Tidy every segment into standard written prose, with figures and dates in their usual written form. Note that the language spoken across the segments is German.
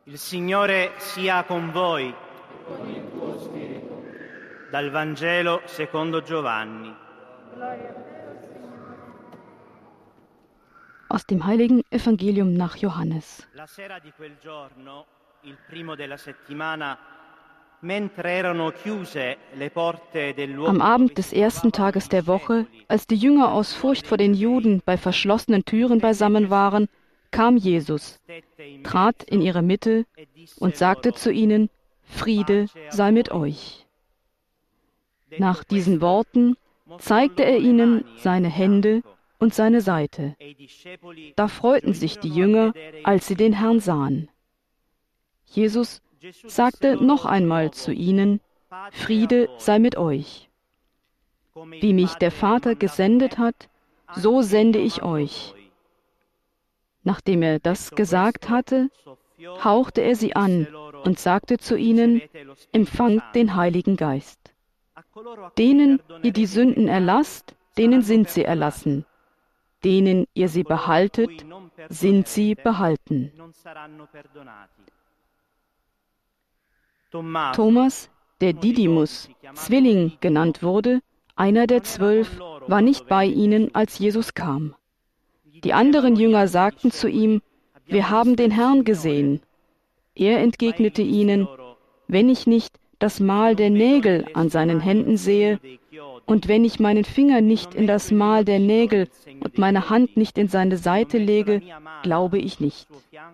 Il Signore sia con voi. Dal Vangelo secondo Giovanni. Aus dem heiligen Evangelium nach Johannes. La sera di quel giorno, il primo della settimana, mentre erano chiuse le porte del luogo Am Abend des ersten Tages der Woche, als die Jünger aus Furcht vor den Juden bei verschlossenen Türen beisammen waren, kam Jesus, trat in ihre Mitte und sagte zu ihnen: Friede sei mit euch. Nach diesen Worten zeigte er ihnen seine Hände und seine Seite. Da freuten sich die Jünger, als sie den Herrn sahen. Jesus sagte noch einmal zu ihnen: Friede sei mit euch. Wie mich der Vater gesendet hat, so sende ich euch. Nachdem er das gesagt hatte, hauchte er sie an und sagte zu ihnen: Empfangt den Heiligen Geist. Denen ihr die Sünden erlasst, denen sind sie erlassen. Denen ihr sie behaltet, sind sie behalten. Thomas, der Didymus, Zwilling genannt wurde, einer der 12, war nicht bei ihnen, als Jesus kam. Die anderen Jünger sagten zu ihm: Wir haben den Herrn gesehen. Er entgegnete ihnen: Wenn ich nicht das Mal der Nägel an seinen Händen sehe und wenn ich meinen Finger nicht in das Mal der Nägel und meine Hand nicht in seine Seite lege, glaube ich nicht.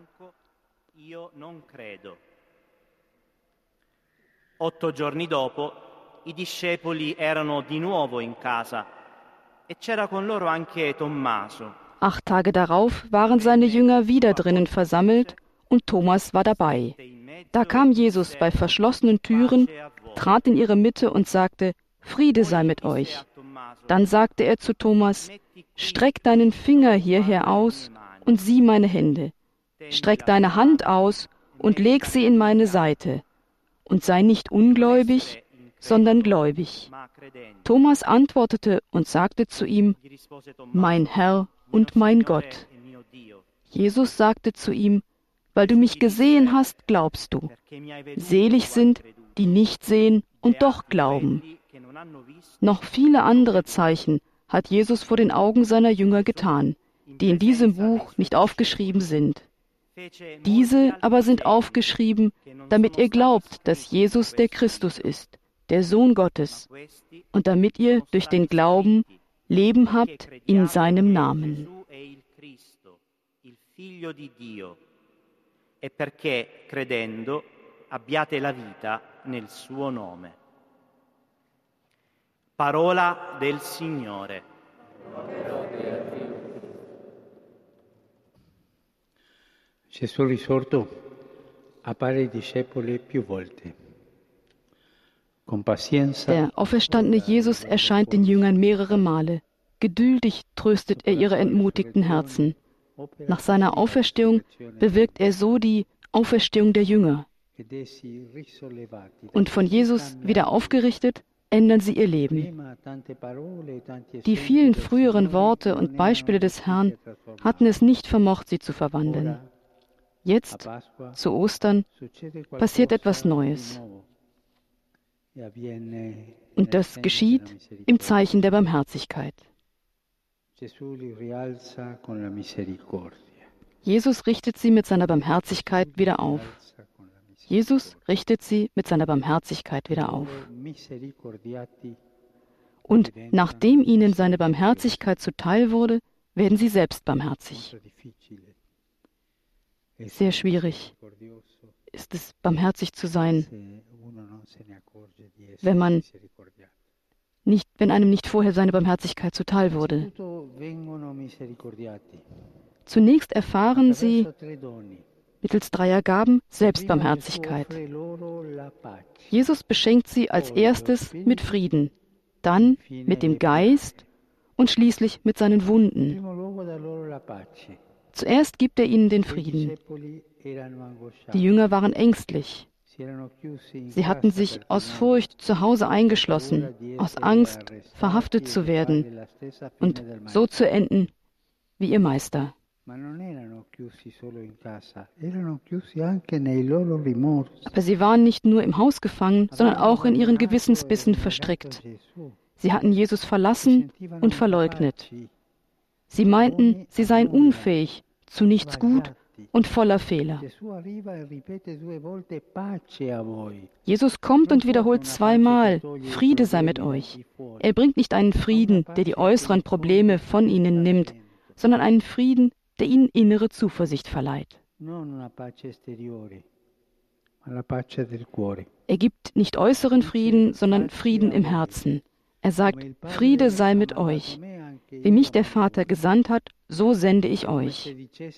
8 giorni dopo, i discepoli erano di nuovo in casa e c'era con loro anche Tommaso. 8 Tage darauf waren seine Jünger wieder drinnen versammelt und Thomas war dabei. Da kam Jesus bei verschlossenen Türen, trat in ihre Mitte und sagte: Friede sei mit euch. Dann sagte er zu Thomas: Streck deinen Finger hierher aus und sieh meine Hände. Streck deine Hand aus und leg sie in meine Seite. Und sei nicht ungläubig, sondern gläubig. Thomas antwortete und sagte zu ihm: Mein Herr und mein Gott. Jesus sagte zu ihm: Weil du mich gesehen hast, glaubst du. Selig sind, die nicht sehen und doch glauben. Noch viele andere Zeichen hat Jesus vor den Augen seiner Jünger getan, die in diesem Buch nicht aufgeschrieben sind. Diese aber sind aufgeschrieben, damit ihr glaubt, dass Jesus der Christus ist, der Sohn Gottes, und damit ihr durch den Glauben Leben habt in seinem Namen. E perché credendo abbiate la vita nel suo nome. Parola del Signore. Gesù risorto appare ai discepoli più volte. Con pazienza. Der auferstandene Jesus erscheint den Jüngern mehrere Male. Geduldig tröstet er ihre entmutigten Herzen. Nach seiner Auferstehung bewirkt er so die Auferstehung der Jünger. Und von Jesus wieder aufgerichtet, ändern sie ihr Leben. Die vielen früheren Worte und Beispiele des Herrn hatten es nicht vermocht, sie zu verwandeln. Jetzt, zu Ostern, passiert etwas Neues. Und das geschieht im Zeichen der Barmherzigkeit. Jesus richtet sie mit seiner Barmherzigkeit wieder auf. Jesus richtet sie mit seiner Barmherzigkeit wieder auf. Und nachdem ihnen seine Barmherzigkeit zuteil wurde, werden sie selbst barmherzig. Sehr schwierig ist es, barmherzig zu sein, wenn einem nicht vorher seine Barmherzigkeit zuteil wurde. Zunächst erfahren sie mittels 3 Gaben Selbstbarmherzigkeit. Jesus beschenkt sie als erstes mit Frieden, dann mit dem Geist und schließlich mit seinen Wunden. Zuerst gibt er ihnen den Frieden. Die Jünger waren ängstlich. Sie hatten sich aus Furcht zu Hause eingeschlossen, aus Angst, verhaftet zu werden und so zu enden wie ihr Meister. Aber sie waren nicht nur im Haus gefangen, sondern auch in ihren Gewissensbissen verstrickt. Sie hatten Jesus verlassen und verleugnet. Sie meinten, sie seien unfähig, zu nichts gut und voller Fehler. Jesus kommt und wiederholt zweimal, Friede sei mit euch. Er bringt nicht einen Frieden, der die äußeren Probleme von ihnen nimmt, sondern einen Frieden, der ihnen innere Zuversicht verleiht. Er gibt nicht äußeren Frieden, sondern Frieden im Herzen. Er sagt, Friede sei mit euch. Wie mich der Vater gesandt hat, so sende ich euch.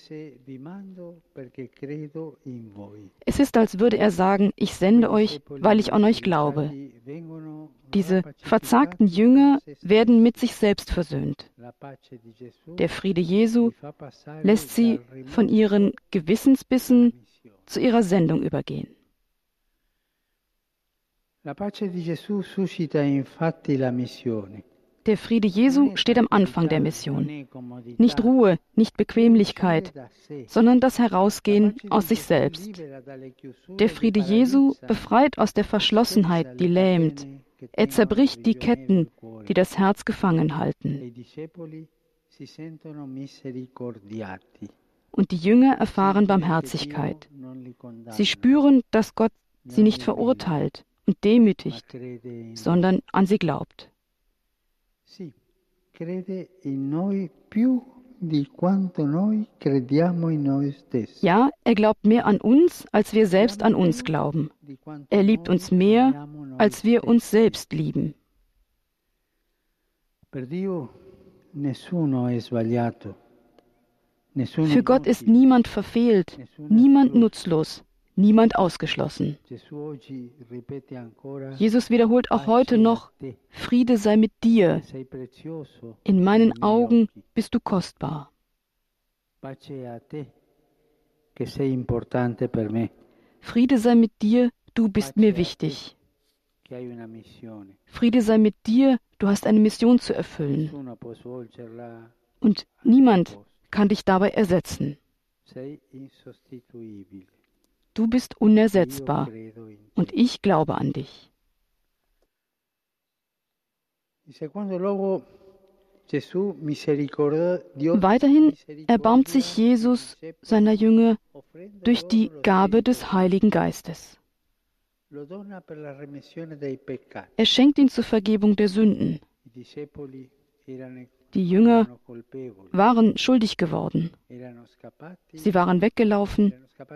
Es ist, als würde er sagen, ich sende euch, weil ich an euch glaube. Diese verzagten Jünger werden mit sich selbst versöhnt. Der Friede Jesu lässt sie von ihren Gewissensbissen zu ihrer Sendung übergehen. Der Friede Jesu steht am Anfang der Mission. Nicht Ruhe, nicht Bequemlichkeit, sondern das Herausgehen aus sich selbst. Der Friede Jesu befreit aus der Verschlossenheit, die lähmt. Er zerbricht die Ketten, die das Herz gefangen halten. Und die Jünger erfahren Barmherzigkeit. Sie spüren, dass Gott sie nicht verurteilt und demütigt, sondern an sie glaubt. Ja, er glaubt mehr an uns, als wir selbst an uns glauben. Er liebt uns mehr, als wir uns selbst lieben. Für Gott ist niemand verfehlt, niemand nutzlos, niemand ausgeschlossen. Jesus wiederholt auch heute noch, Friede sei mit dir. In meinen Augen bist du kostbar. Friede sei mit dir, du bist mir wichtig. Friede sei mit dir, du hast eine Mission zu erfüllen. Und niemand kann dich dabei ersetzen. Du bist unersetzbar und ich glaube an dich. Weiterhin erbarmt sich Jesus seiner Jünger durch die Gabe des Heiligen Geistes. Er schenkt ihn zur Vergebung der Sünden. Die Jünger waren schuldig geworden. Sie waren weggelaufen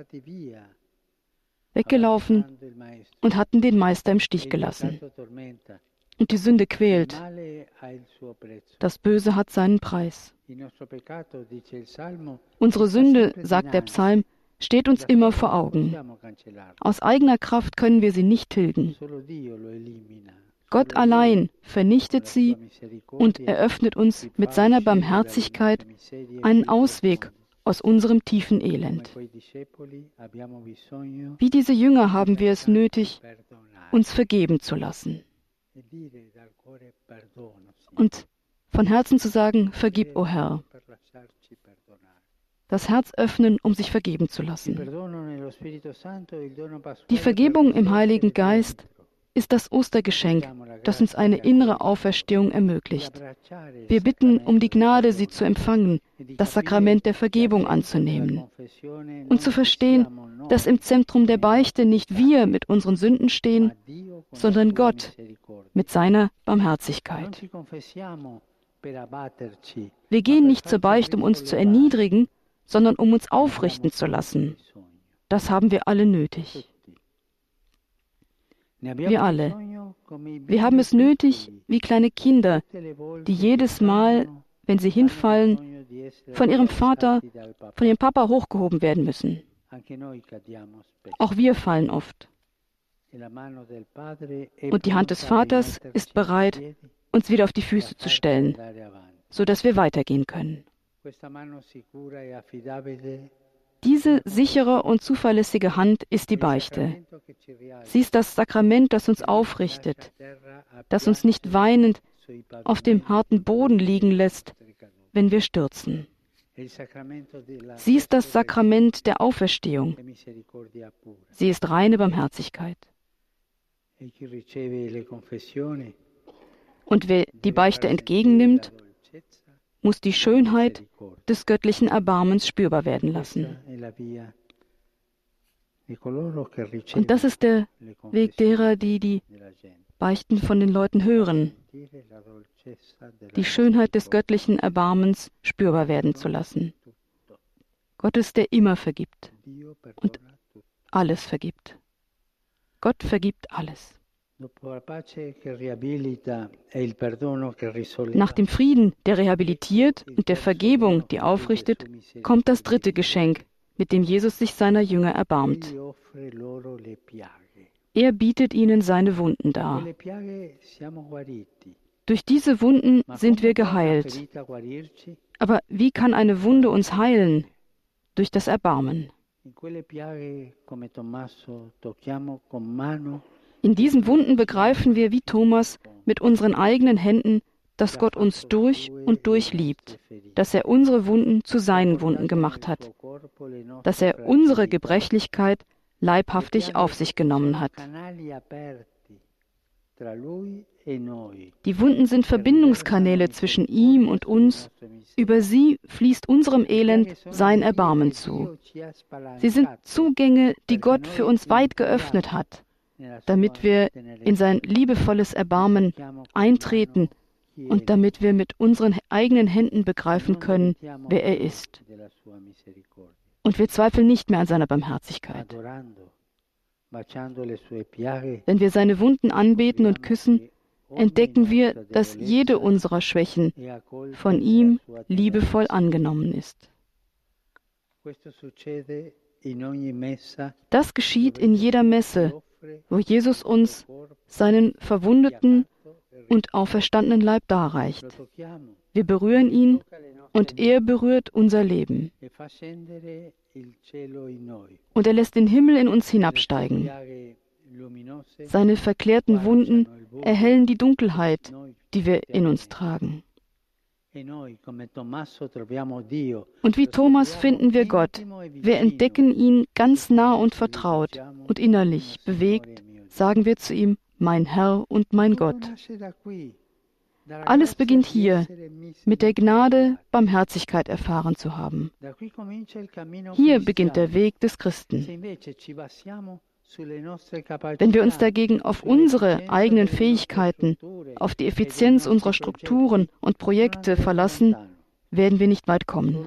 und hatten den Meister im Stich gelassen. Und die Sünde quält. Das Böse hat seinen Preis. Unsere Sünde, sagt der Psalm, steht uns immer vor Augen. Aus eigener Kraft können wir sie nicht tilgen. Gott allein vernichtet sie und eröffnet uns mit seiner Barmherzigkeit einen Ausweg aus unserem tiefen Elend. Wie diese Jünger haben wir es nötig, uns vergeben zu lassen. Und von Herzen zu sagen, vergib, o Herr. Das Herz öffnen, um sich vergeben zu lassen. Die Vergebung im Heiligen Geist ist das Ostergeschenk, das uns eine innere Auferstehung ermöglicht. Wir bitten um die Gnade, sie zu empfangen, das Sakrament der Vergebung anzunehmen und zu verstehen, dass im Zentrum der Beichte nicht wir mit unseren Sünden stehen, sondern Gott mit seiner Barmherzigkeit. Wir gehen nicht zur Beichte, um uns zu erniedrigen, sondern um uns aufrichten zu lassen. Das haben wir alle nötig. Wir alle. Wir haben es nötig wie kleine Kinder, die jedes Mal, wenn sie hinfallen, von ihrem Vater, von ihrem Papa hochgehoben werden müssen. Auch wir fallen oft. Und die Hand des Vaters ist bereit, uns wieder auf die Füße zu stellen, sodass wir weitergehen können. Diese sichere und zuverlässige Hand ist die Beichte. Sie ist das Sakrament, das uns aufrichtet, das uns nicht weinend auf dem harten Boden liegen lässt, wenn wir stürzen. Sie ist das Sakrament der Auferstehung. Sie ist reine Barmherzigkeit. Und wer die Beichte entgegennimmt, muss die Schönheit des göttlichen Erbarmens spürbar werden lassen. Und das ist der Weg derer, die die Beichten von den Leuten hören, die Schönheit des göttlichen Erbarmens spürbar werden zu lassen. Gott ist, der immer vergibt und alles vergibt. Gott vergibt alles. Nach dem Frieden, der rehabilitiert, und der Vergebung, die aufrichtet, kommt das dritte Geschenk, mit dem Jesus sich seiner Jünger erbarmt. Er bietet ihnen seine Wunden dar. Durch diese Wunden sind wir geheilt. Aber wie kann eine Wunde uns heilen? Durch das Erbarmen. In diesen Wunden begreifen wir, wie Thomas, mit unseren eigenen Händen, dass Gott uns durch und durch liebt, dass er unsere Wunden zu seinen Wunden gemacht hat, dass er unsere Gebrechlichkeit leibhaftig auf sich genommen hat. Die Wunden sind Verbindungskanäle zwischen ihm und uns. Über sie fließt unserem Elend sein Erbarmen zu. Sie sind Zugänge, die Gott für uns weit geöffnet hat, damit wir in sein liebevolles Erbarmen eintreten und damit wir mit unseren eigenen Händen begreifen können, wer er ist. Und wir zweifeln nicht mehr an seiner Barmherzigkeit. Wenn wir seine Wunden anbeten und küssen, entdecken wir, dass jede unserer Schwächen von ihm liebevoll angenommen ist. Das geschieht in jeder Messe, wo Jesus uns seinen verwundeten und auferstandenen Leib darreicht. Wir berühren ihn und er berührt unser Leben. Und er lässt den Himmel in uns hinabsteigen. Seine verklärten Wunden erhellen die Dunkelheit, die wir in uns tragen. Und wie Thomas finden wir Gott. Wir entdecken ihn ganz nah und vertraut und innerlich bewegt, sagen wir zu ihm, mein Herr und mein Gott. Alles beginnt hier, mit der Gnade, Barmherzigkeit erfahren zu haben. Hier beginnt der Weg des Christen. Wenn wir uns dagegen auf unsere eigenen Fähigkeiten, auf die Effizienz unserer Strukturen und Projekte verlassen, werden wir nicht weit kommen.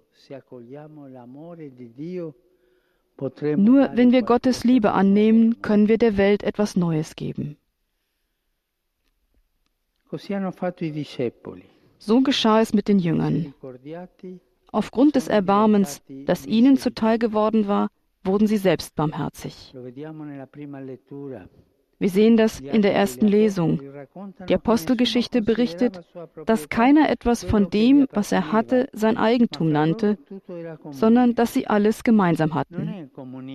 Nur wenn wir Gottes Liebe annehmen, können wir der Welt etwas Neues geben. So geschah es mit den Jüngern. Aufgrund des Erbarmens, das ihnen zuteil geworden war, wurden sie selbst barmherzig. Wir sehen das in der ersten Lesung. Die Apostelgeschichte berichtet, dass keiner etwas von dem, was er hatte, sein Eigentum nannte, sondern dass sie alles gemeinsam hatten.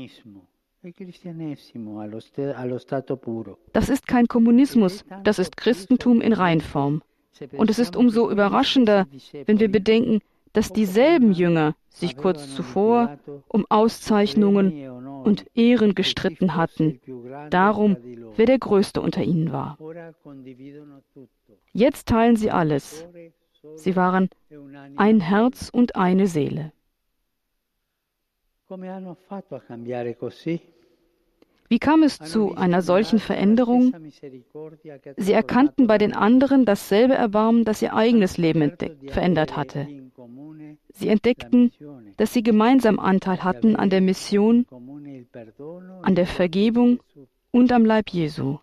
Das ist kein Kommunismus, das ist Christentum in Reinform. Und es ist umso überraschender, wenn wir bedenken, dass dieselben Jünger sich kurz zuvor um Auszeichnungen und Ehren gestritten hatten, darum, wer der Größte unter ihnen war. Jetzt teilen sie alles. Sie waren ein Herz und eine Seele. Wie kam es zu einer solchen Veränderung? Sie erkannten bei den anderen dasselbe Erbarmen, das ihr eigenes Leben verändert hatte. Sie entdeckten, dass sie gemeinsam Anteil hatten an der Mission, an der Vergebung und am Leib Jesu.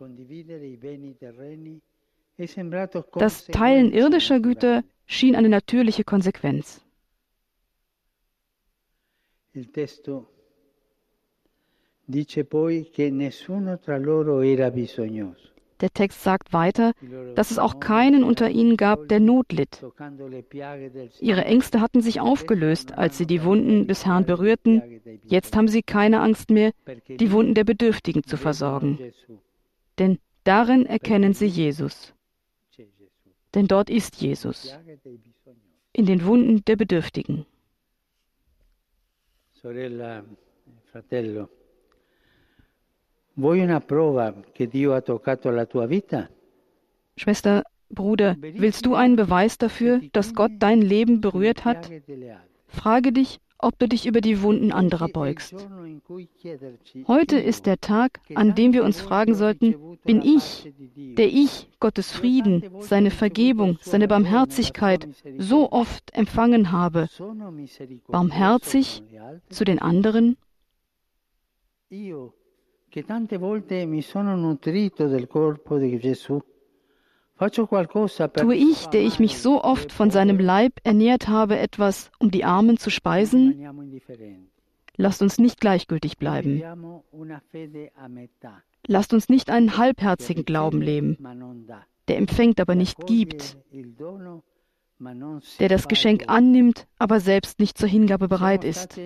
Das Teilen irdischer Güter schien eine natürliche Konsequenz. Der Text sagt weiter, dass es auch keinen unter ihnen gab, der Not litt. Ihre Ängste hatten sich aufgelöst, als sie die Wunden des Herrn berührten. Jetzt haben sie keine Angst mehr, die Wunden der Bedürftigen zu versorgen. Denn darin erkennen sie Jesus. Denn dort ist Jesus, in den Wunden der Bedürftigen. sorella, fratello, vuoi una prova che Dio ha toccato la tua vita? Schwester, Bruder, willst du einen Beweis dafür, dass Gott dein Leben berührt hat? Frage dich, ob du dich über die Wunden anderer beugst. Heute ist der Tag, an dem wir uns fragen sollten, bin ich, der ich Gottes Frieden, seine Vergebung, seine Barmherzigkeit so oft empfangen habe, barmherzig zu den anderen? Io, che tante volte mi sono nutrito del corpo di Gesù, tue ich, der ich mich so oft von seinem Leib ernährt habe, etwas, um die Armen zu speisen? Lasst uns nicht gleichgültig bleiben. Lasst uns nicht einen halbherzigen Glauben leben, der empfängt, aber nicht gibt, der das Geschenk annimmt, aber selbst nicht zur Hingabe bereit ist.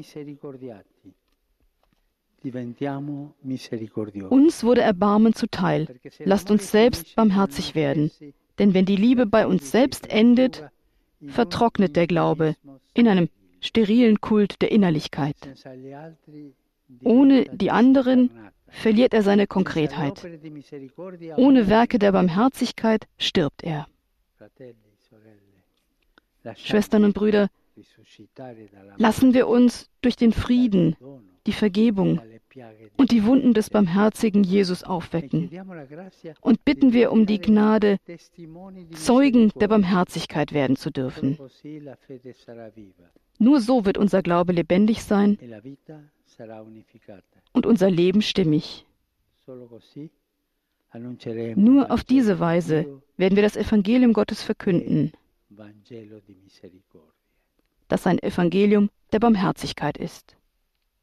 Uns wurde Erbarmen zuteil. Lasst uns selbst barmherzig werden. Denn wenn die Liebe bei uns selbst endet, vertrocknet der Glaube in einem sterilen Kult der Innerlichkeit. Ohne die anderen verliert er seine Konkretheit. Ohne Werke der Barmherzigkeit stirbt er. Schwestern und Brüder, lassen wir uns durch den Frieden, die Vergebung und die Wunden des barmherzigen Jesus aufwecken. Und bitten wir um die Gnade, Zeugen der Barmherzigkeit werden zu dürfen. Nur so wird unser Glaube lebendig sein und unser Leben stimmig. Nur auf diese Weise werden wir das Evangelium Gottes verkünden, das ein Evangelium der Barmherzigkeit ist.